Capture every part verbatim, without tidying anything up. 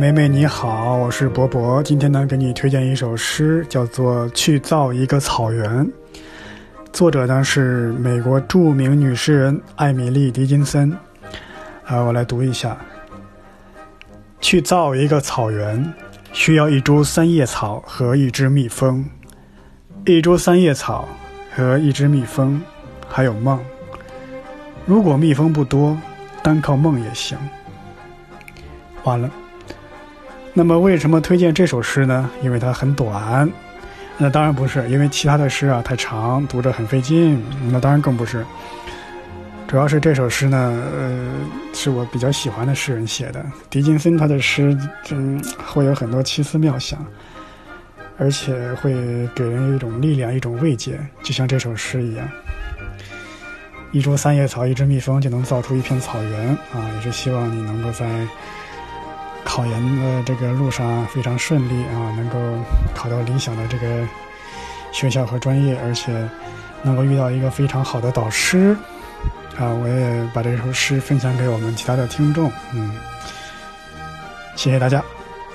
妹妹你好，我是博博，今天呢给你推荐一首诗，叫做《去造一个草原》，作者呢是美国著名女诗人艾米丽·狄金森。啊，我来读一下：去造一个草原，需要一株三叶草和一只蜜蜂，一株三叶草和一只蜜蜂，还有梦。如果蜜蜂不多，单靠梦也行。完了。那么为什么推荐这首诗呢？因为它很短。那当然不是，因为其他的诗啊太长，读着很费劲。那当然更不是。主要是这首诗呢，呃，是我比较喜欢的诗人写的。狄金森他的诗，嗯，会有很多奇思妙想，而且会给人一种力量，一种慰藉，就像这首诗一样。一株三叶草，一只蜜蜂就能造出一片草原啊！也是希望你能够在考研的这个路上非常顺利啊，能够考到理想的这个学校和专业，而且能够遇到一个非常好的导师啊！我也把这首诗分享给我们其他的听众，嗯，谢谢大家。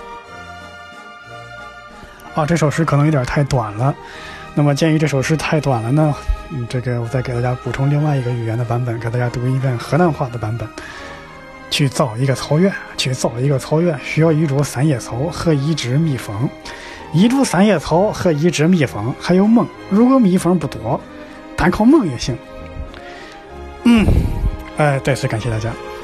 啊，这首诗可能有点太短了，那么鉴于这首诗太短了呢，嗯，这个我再给大家补充另外一个语言的版本，给大家读一遍河南话的版本。去造一个草原，去造一个草原，需要一株三叶草和一只蜜蜂，一株三叶草和一只蜜蜂，还有梦。如果蜜蜂不多，单靠梦也行。嗯，哎，再次感谢大家。